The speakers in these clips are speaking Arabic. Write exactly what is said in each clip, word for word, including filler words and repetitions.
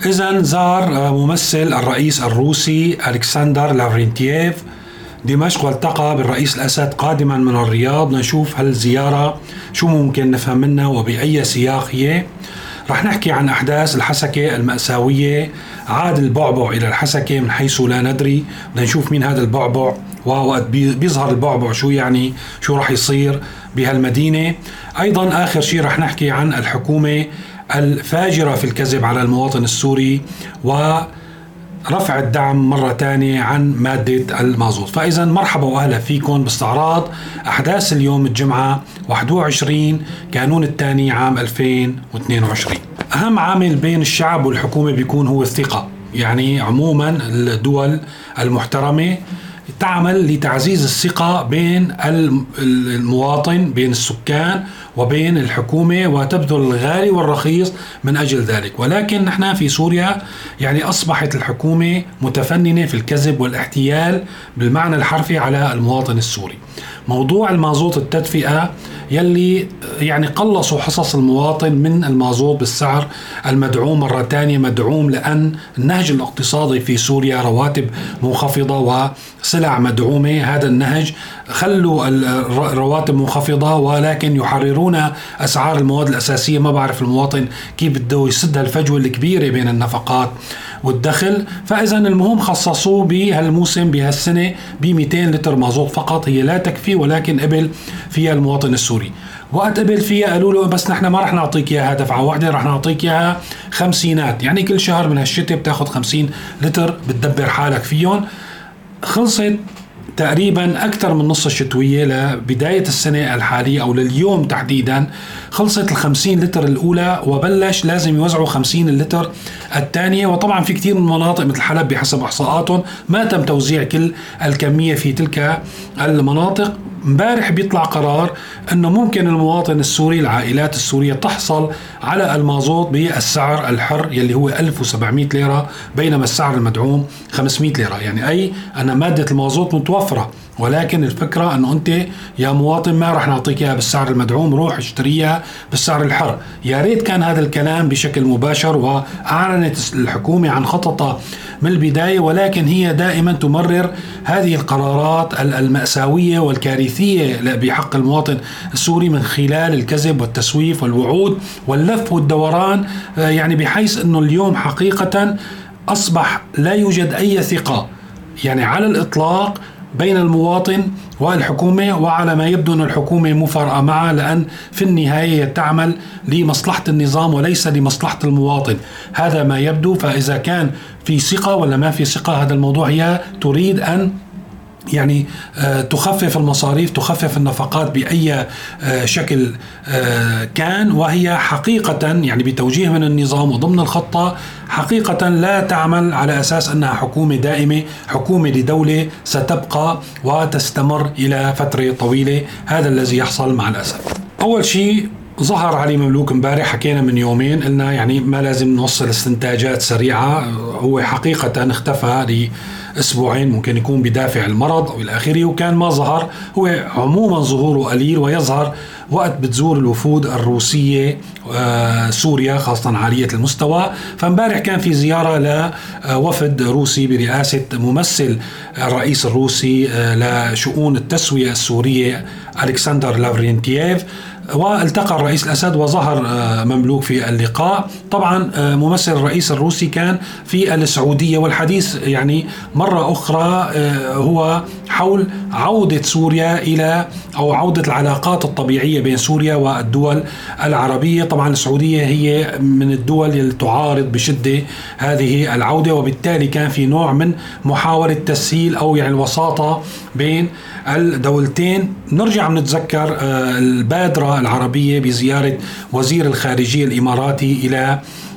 إذن زار ممثل الرئيس الروسي ألكسندر لافرنتييف دمشق والتقى بالرئيس الأسد قادما من الرياض. بدنا نشوف هالزيارة شو ممكن نفهم منها وبأي سياق هي. رح نحكي عن أحداث الحسكة المأساوية، عاد البعبع إلى الحسكة من حيث لا ندري. بدنا نشوف مين هذا البعبع، ووقت بيظهر البعبع شو يعني، شو رح يصير بهالمدينة. أيضا آخر شيء رح نحكي عن الحكومة الفاجرة في الكذب على المواطن السوري ورفع الدعم مرة تانية عن مادة المازوت. فإذا مرحبا وأهلا فيكم باستعراض أحداث اليوم الجمعة واحد وعشرين كانون الثاني عام ألفين واثنين وعشرين. أهم عامل بين الشعب والحكومة بيكون هو الثقة. يعني عموما الدول المحترمة تعمل لتعزيز الثقة بين المواطن، بين السكان وبين الحكومة، وتبذل الغالي والرخيص من أجل ذلك. ولكن نحن في سوريا يعني أصبحت الحكومة متفننة في الكذب والاحتيال بالمعنى الحرفي على المواطن السوري. موضوع المازوت التدفئة يلي يعني قلصوا حصص المواطن من المازوت بالسعر المدعوم مرة تانية، مدعوم لأن النهج الاقتصادي في سوريا رواتب منخفضة وسلع مدعومة. هذا النهج خلوا الرواتب منخفضة ولكن يحررون أسعار المواد الأساسية. ما بعرف المواطن كيف بده يسد الفجوة الكبيرة بين النفقات والدخل. فإذا المهم خصصوه بهالموسم بهالسنة ب مئتين لتر مازوت فقط. هي لا تكفي ولكن قبل فيها المواطن السوري. وقت قبل فيها قالوا له بس نحن ما رح نعطيك اياها دفعة واحدة، رح نعطيك اياها خمسينات، يعني كل شهر من هالشتاء بتاخد خمسين لتر بتدبر حالك فيهم. خلصت تقريبا أكثر من نص الشتوية لبداية السنة الحالية أو لليوم تحديدا، خلصت الخمسين لتر الأولى وبلش لازم يوزعوا خمسين اللتر الثانية. وطبعا في كتير من مناطق مثل حلب بحسب إحصاءاتهم ما تم توزيع كل الكمية في تلك المناطق. امبارح بيطلع قرار انه ممكن المواطن السوري، العائلات السورية تحصل على المازوت بالسعر الحر يلي هو ألف وسبعمئة ليرة، بينما السعر المدعوم خمسمئة ليرة. يعني اي ان مادة المازوت متوفرة، ولكن الفكرة انه انت يا مواطن ما رح نعطيك اياها بالسعر المدعوم، روح اشتريها بالسعر الحر. يا ريت كان هذا الكلام بشكل مباشر واعلنت الحكومة عن خططها من البداية، ولكن هي دائما تمرر هذه القرارات المأساوية والكارثية بحق المواطن السوري من خلال الكذب والتسويف والوعود واللف والدوران. يعني بحيث انه اليوم حقيقة اصبح لا يوجد اي ثقة يعني على الاطلاق بين المواطن والحكومة، وعلى ما يبدو أن الحكومة مفارقة معها، لأن في النهاية تعمل لمصلحة النظام وليس لمصلحة المواطن. هذا ما يبدو. فإذا كان في ثقة ولا ما في ثقة هذا الموضوع، هي تريد أن يعني تخفف المصاريف، تخفف النفقات بأي شكل كان، وهي حقيقة يعني بتوجيه من النظام وضمن الخطة حقيقة لا تعمل على أساس أنها حكومة دائمة، حكومة لدولة ستبقى وتستمر إلى فترة طويلة. هذا الذي يحصل مع الأسف. أول شيء ظهر علي مملوك امبارح، حكينا من يومين قلنا يعني ما لازم نوصل استنتاجات سريعة. هو حقيقة اختفى لأسبوعين، ممكن يكون بدافع المرض أو إلى آخره، وكان ما ظهر. هو عموما ظهوره قليل ويظهر وقت بتزور الوفود الروسية سوريا خاصة عالية المستوى. فامبارح كان في زيارة لوفد روسي برئاسة ممثل الرئيس الروسي لشؤون التسوية السورية ألكسندر لافرنتييف، والتقى الرئيس الأسد وظهر مملوك في اللقاء. طبعا ممثل الرئيس الروسي كان في السعودية، والحديث يعني مرة أخرى هو حول عودة سوريا إلى أو عودة العلاقات الطبيعية بين سوريا والدول العربية. طبعا السعودية هي من الدول اللي تعارض بشدة هذه العودة، وبالتالي كان في نوع من محاولة تسهيل أو يعني الوساطة بين الدولتين. نرجع نتذكر البادرة العربية بزيارة وزير الخارجية الإماراتي إلى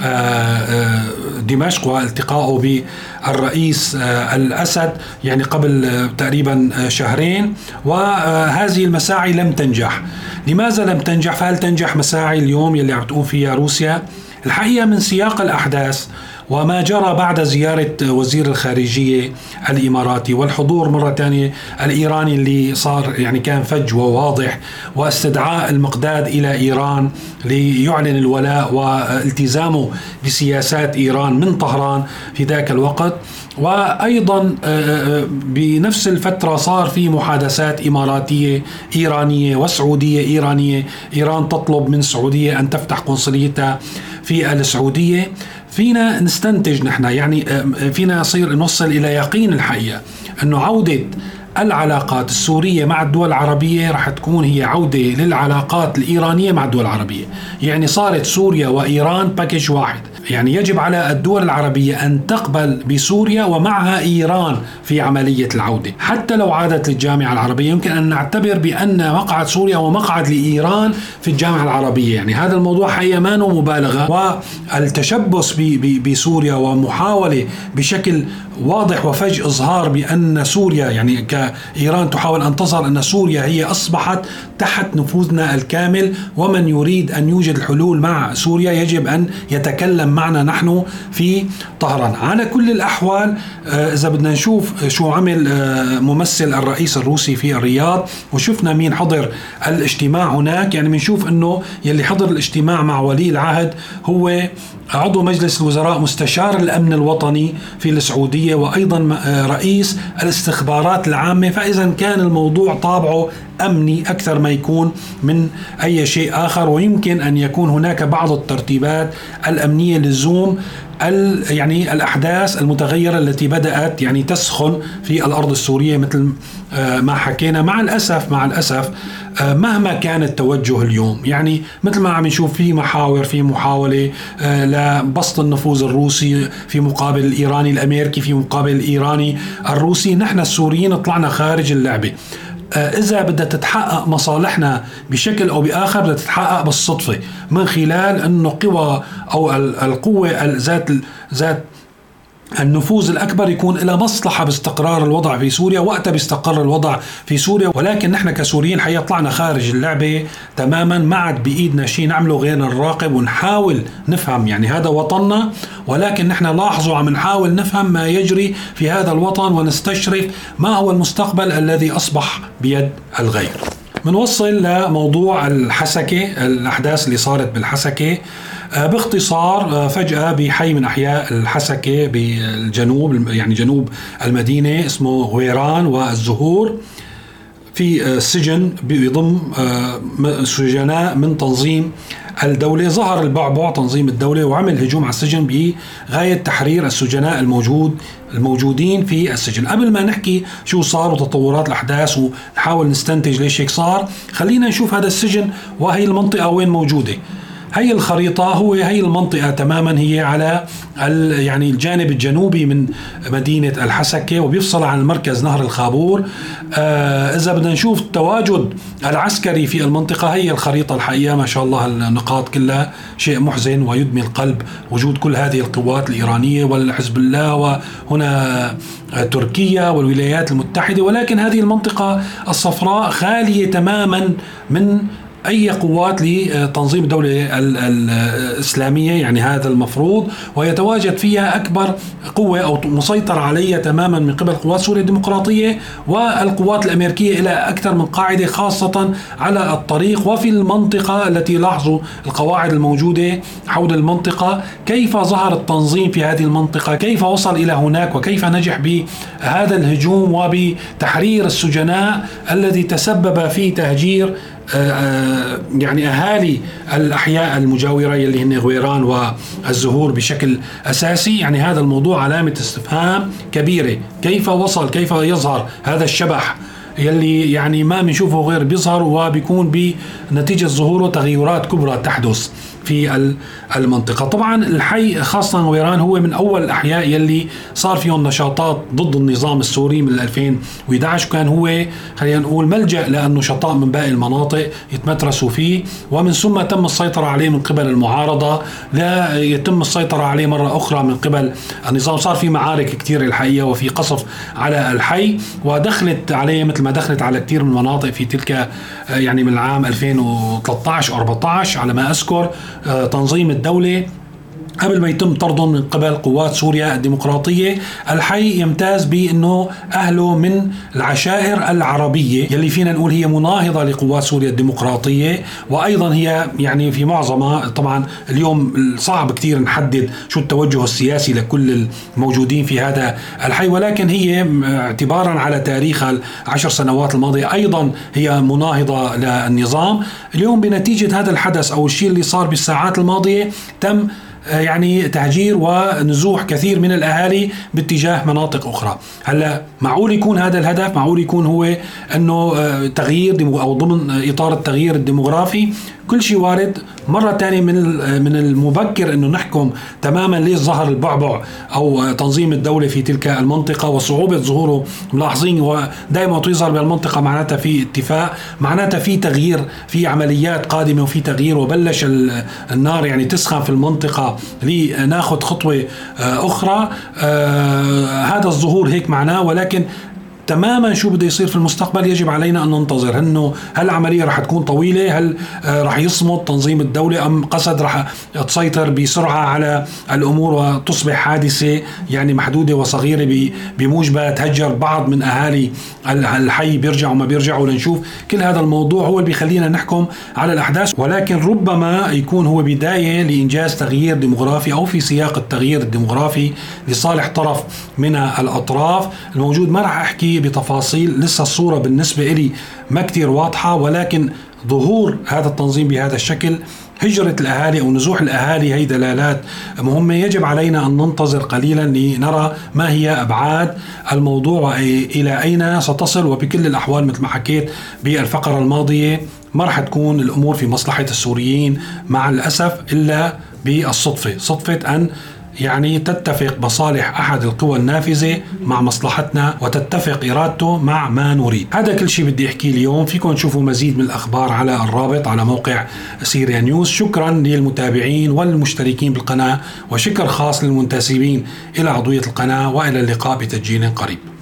دمشق والتقائه بالرئيس الأسد يعني قبل تقريبا شهرين، وهذه المساعي لم تنجح. لماذا لم تنجح؟ فهل تنجح مساعي اليوم يلي عم تقوم فيها روسيا؟ الحقيقة من سياق الأحداث وما جرى بعد زيارة وزير الخارجية الإماراتي والحضور مرة ثانية الإيراني اللي صار يعني كان فج وواضح، واستدعاء المقداد إلى إيران ليعلن الولاء والتزامه بسياسات إيران من طهران في ذاك الوقت. وأيضا بنفس الفترة صار في محادثات إماراتية إيرانية وسعودية إيرانية، إيران تطلب من السعودية أن تفتح قنصليتها في السعودية. فينا نستنتج نحن يعني فينا يصير نوصل إلى يقين الحقيقة أنه عودة العلاقات السورية مع الدول العربية رح تكون هي عودة للعلاقات الإيرانية مع الدول العربية، يعني صارت سوريا وإيران باكج واحد. يعني يجب على الدول العربية أن تقبل بسوريا ومعها إيران في عملية العودة. حتى لو عادت للجامعة العربية يمكن أن نعتبر بأن مقعد سوريا ومقعد لإيران في الجامعة العربية. يعني هذا الموضوع حقيقة ما هو مبالغة، والتشبث بسوريا ومحاولة بشكل واضح وفج إظهار بأن سوريا يعني كإيران تحاول أن تظهر أن سوريا هي أصبحت تحت نفوذنا الكامل، ومن يريد أن يوجد الحلول مع سوريا يجب أن يتكلم معنا نحن في طهران. على كل الأحوال إذا بدنا نشوف شو عمل ممثل الرئيس الروسي في الرياض وشفنا مين حضر الاجتماع هناك، يعني بنشوف أنه يلي حضر الاجتماع مع ولي العهد هو عضو مجلس الوزراء مستشار الأمن الوطني في السعودية وأيضا رئيس الاستخبارات العامة. فإذا كان الموضوع طابعه أمني أكثر ما يكون من أي شيء آخر، ويمكن أن يكون هناك بعض الترتيبات الأمنية للزوم يعني الأحداث المتغيرة التي بدأت يعني تسخن في الأرض السورية مثل ما حكينا. مع الأسف مع الأسف مهما كان التوجه اليوم، يعني مثل ما عم نشوف في محاور في محاولة لبسط النفوذ الروسي في مقابل الإيراني الأمريكي في مقابل الإيراني الروسي، نحن السوريين طلعنا خارج اللعبة. إذا بدها تتحقق مصالحنا بشكل أو بآخر بدها تتحقق بالصدفة من خلال أنه قوى أو القوة ذات ذات النفوذ الأكبر يكون إلى مصلحة باستقرار الوضع في سوريا وقتها بيستقر الوضع في سوريا. ولكن نحن كسوريين حقيقة طلعنا خارج اللعبة تماما، ما عاد بإيدنا شيء نعمله غير نراقب ونحاول نفهم، يعني هذا وطننا، ولكن نحن لاحظوا عم نحاول نفهم ما يجري في هذا الوطن ونستشرف ما هو المستقبل الذي أصبح بيد الغير. منوصل لموضوع الحسكة، الأحداث اللي صارت بالحسكة باختصار. فجأة بحي من أحياء الحسكة بالجنوب يعني جنوب المدينة اسمه غويران والزهور في سجن بيضم سجناء من تنظيم الدولة، ظهر البعبع تنظيم الدولة وعمل هجوم على السجن بغاية تحرير السجناء الموجود الموجودين في السجن. قبل ما نحكي شو صار وتطورات الأحداث ونحاول نستنتج ليش هيك صار، خلينا نشوف هذا السجن وهي المنطقة وين موجودة. هي الخريطة هو هي المنطقة تماما، هي على يعني الجانب الجنوبي من مدينة الحسكة وبيفصل عن المركز نهر الخابور. آه إذا بدنا نشوف التواجد العسكري في المنطقة، هي الخريطة الحقيقة ما شاء الله النقاط كلها شيء محزن ويدمي القلب وجود كل هذه القوات الإيرانية والحزب الله وهنا تركيا والولايات المتحدة، ولكن هذه المنطقة الصفراء خالية تماما من أي قوات لتنظيم الدولة الإسلامية، يعني هذا المفروض، ويتواجد فيها أكبر قوة أو مسيطر عليها تماما من قبل قوات سوريا الديمقراطية والقوات الأمريكية إلى أكثر من قاعدة، خاصة على الطريق وفي المنطقة التي لاحظوا القواعد الموجودة حول المنطقة. كيف ظهر التنظيم في هذه المنطقة، كيف وصل إلى هناك، وكيف نجح بهذا الهجوم وبتحرير السجناء الذي تسبب في تهجير يعني أهالي الأحياء المجاورة اللي هن غويران والزهور بشكل أساسي. يعني هذا الموضوع علامة استفهام كبيرة، كيف وصل، كيف يظهر هذا الشبح يلي يعني ما بنشوفه غير بيظهر وبيكون بنتيجة ظهوره تغيرات كبرى تحدث في المنطقة. طبعا الحي خاصة غويران هو من أول الأحياء يلي صار فيهم نشاطات ضد النظام السوري من ألفين وإحدى عشر، كان هو خلينا نقول ملجأ للنشطاء من باقي المناطق يتمترسوا فيه، ومن ثم تم السيطرة عليه من قبل المعارضة، لا يتم السيطرة عليه مرة أخرى من قبل النظام. صار في معارك كتير الحقيقة وفي قصف على الحي، ودخلت عليه مثل ما دخلت على كتير من المناطق في تلك يعني من العام ألفين وثلاثة عشر أو أربعة عشر على ما أذكر تنظيم الدولة قبل ما يتم طردهم من قبل قوات سوريا الديمقراطية. الحي يمتاز بأنه أهله من العشائر العربية يلي فينا نقول هي مناهضة لقوات سوريا الديمقراطية، وأيضا هي يعني في معظمها طبعا اليوم صعب كتير نحدد شو التوجه السياسي لكل الموجودين في هذا الحي، ولكن هي اعتبارا على تاريخها العشر سنوات الماضية أيضا هي مناهضة للنظام. اليوم بنتيجة هذا الحدث أو الشيء اللي صار بالساعات الماضية تم يعني تهجير ونزوح كثير من الأهالي باتجاه مناطق أخرى. هلا معقول يكون هذا الهدف، معقول يكون هو أنه تغيير أو ضمن إطار التغيير الديموغرافي، كل شيء وارد. مرة تانية من من المبكر أنه نحكم تماما ليش ظهر البعبع أو تنظيم الدولة في تلك المنطقة وصعوبة ظهوره. ملاحظين ودائما يظهر بالمنطقة معناتها في اتفاق، معناتها في تغيير، في عمليات قادمة وفي تغيير، وبلش النار يعني تسخن في المنطقة لناخذ خطوة أخرى. آه هذا الظهور هيك معناه، ولكن تماما شو بده يصير في المستقبل يجب علينا أن ننتظر. انه هل العملية رح تكون طويلة؟ هل رح يصمد تنظيم الدولة أم قصد رح تسيطر بسرعة على الأمور وتصبح حادثة يعني محدودة وصغيرة بموجبها تهجر بعض من أهالي الحي بيرجعوا ما بيرجعوا؟ لنشوف. كل هذا الموضوع هو اللي بيخلينا نحكم على الأحداث، ولكن ربما يكون هو بداية لإنجاز تغيير ديموغرافي أو في سياق التغيير الديموغرافي لصالح طرف من الأطراف الموجود. ما رح أحكي بتفاصيل، لسه الصورة بالنسبة إلي ما كتير واضحة، ولكن ظهور هذا التنظيم بهذا الشكل، هجرة الأهالي أو نزوح الأهالي، هي دلالات مهمة. يجب علينا أن ننتظر قليلا لنرى ما هي أبعاد الموضوع وإلى أين ستصل. وبكل الأحوال مثل ما حكيت بالفقرة الماضية ما رح تكون الأمور في مصلحة السوريين مع الأسف إلا بالصدفة، صدفة أن يعني تتفق مصالح أحد القوى النافذة مع مصلحتنا وتتفق إرادته مع ما نريد. هذا كل شيء بدي أحكيه اليوم. فيكم تشوفوا مزيد من الأخبار على الرابط على موقع سيريا نيوز. شكرا للمتابعين والمشتركين بالقناة، وشكر خاص للمنتسبين إلى عضوية القناة، وإلى اللقاء بتسجيل قريب.